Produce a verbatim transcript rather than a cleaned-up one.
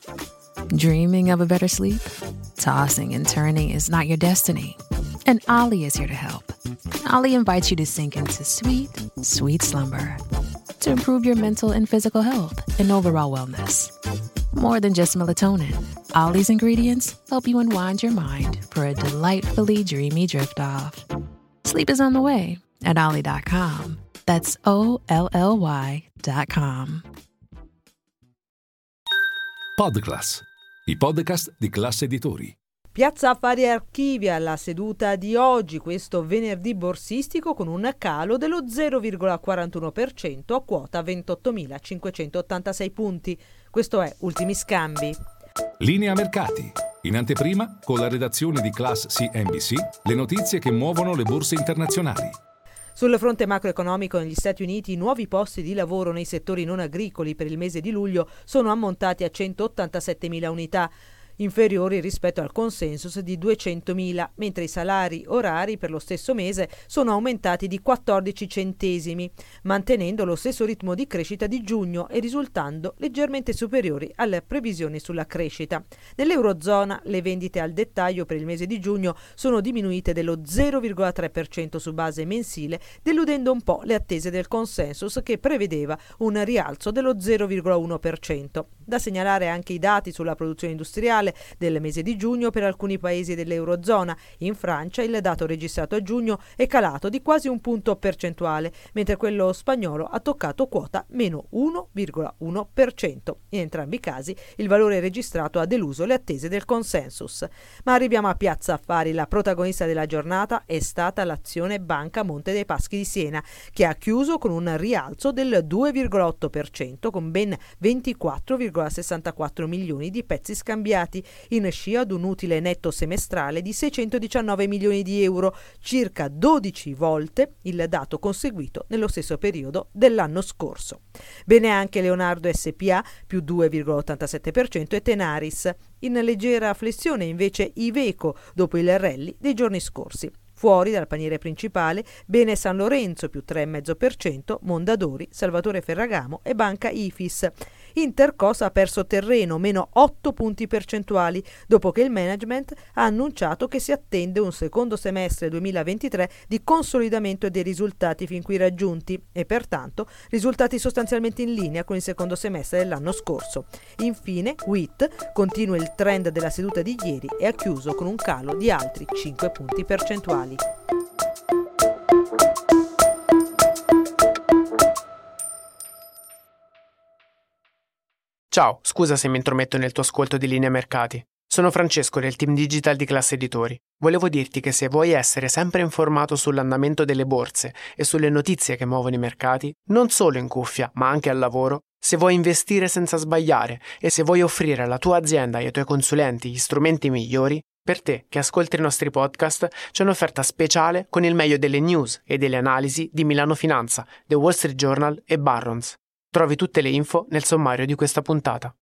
Dreaming of a better sleep? Tossing and turning is not your destiny. And Ollie is here to help. Ollie invites you to sink into sweet, sweet slumber to improve your mental and physical health and overall wellness. More than just melatonin, Ollie's ingredients help you unwind your mind for a delightfully dreamy drift off. Sleep is on the way at ollie dot com. That's O L L Y dot com. Podclass, i podcast di Classe Editori. Piazza Affari archivia la seduta di oggi, questo venerdì borsistico, con un calo dello zero virgola quarantuno per cento a quota ventottomilacinquecentottantasei punti. Questo è Ultimi Scambi. Linea mercati. In anteprima, con la redazione di Class C N B C, le notizie che muovono le borse internazionali. Sul fronte macroeconomico negli Stati Uniti i nuovi posti di lavoro nei settori non agricoli per il mese di luglio sono ammontati a centottantasettemila unità, inferiori rispetto al consensus di duecentomila, mentre i salari orari per lo stesso mese sono aumentati di quattordici centesimi, mantenendo lo stesso ritmo di crescita di giugno e risultando leggermente superiori alle previsioni sulla crescita. Nell'Eurozona le vendite al dettaglio per il mese di giugno sono diminuite dello zero virgola tre per cento su base mensile, deludendo un po' le attese del consensus che prevedeva un rialzo dello zero virgola uno per cento. Da segnalare anche i dati sulla produzione industriale del mese di giugno per alcuni paesi dell'Eurozona. In Francia il dato registrato a giugno è calato di quasi un punto percentuale, mentre quello spagnolo ha toccato quota meno uno virgola uno per cento. In entrambi i casi il valore registrato ha deluso le attese del consensus. Ma arriviamo a Piazza Affari. La protagonista della giornata è stata l'azione Banca Monte dei Paschi di Siena, che ha chiuso con un rialzo del due virgola otto per cento con ben ventiquattro virgola sessantaquattro milioni di pezzi scambiati, in scia ad un utile netto semestrale di seicentodiciannove milioni di euro, circa dodici volte il dato conseguito nello stesso periodo dell'anno scorso. Bene anche Leonardo S P A, più due virgola ottantasette per cento, e Tenaris. In leggera flessione invece Iveco, dopo il rally dei giorni scorsi. Fuori dal paniere principale, bene San Lorenzo, più tre virgola cinque per cento, Mondadori, Salvatore Ferragamo e Banca Ifis. Intercos ha perso terreno, meno otto punti percentuali, dopo che il management ha annunciato che si attende un secondo semestre duemilaventitré di consolidamento dei risultati fin qui raggiunti e pertanto risultati sostanzialmente in linea con il secondo semestre dell'anno scorso. Infine, W I T continua il trend della seduta di ieri e ha chiuso con un calo di altri cinque punti percentuali. Ciao, scusa se mi intrometto nel tuo ascolto di Linea Mercati. Sono Francesco del team digital di Classe Editori. Volevo dirti che se vuoi essere sempre informato sull'andamento delle borse e sulle notizie che muovono i mercati, non solo in cuffia, ma anche al lavoro, se vuoi investire senza sbagliare e se vuoi offrire alla tua azienda e ai tuoi consulenti gli strumenti migliori, per te che ascolti i nostri podcast c'è un'offerta speciale con il meglio delle news e delle analisi di Milano Finanza, The Wall Street Journal e Barron's. Trovi tutte le info nel sommario di questa puntata.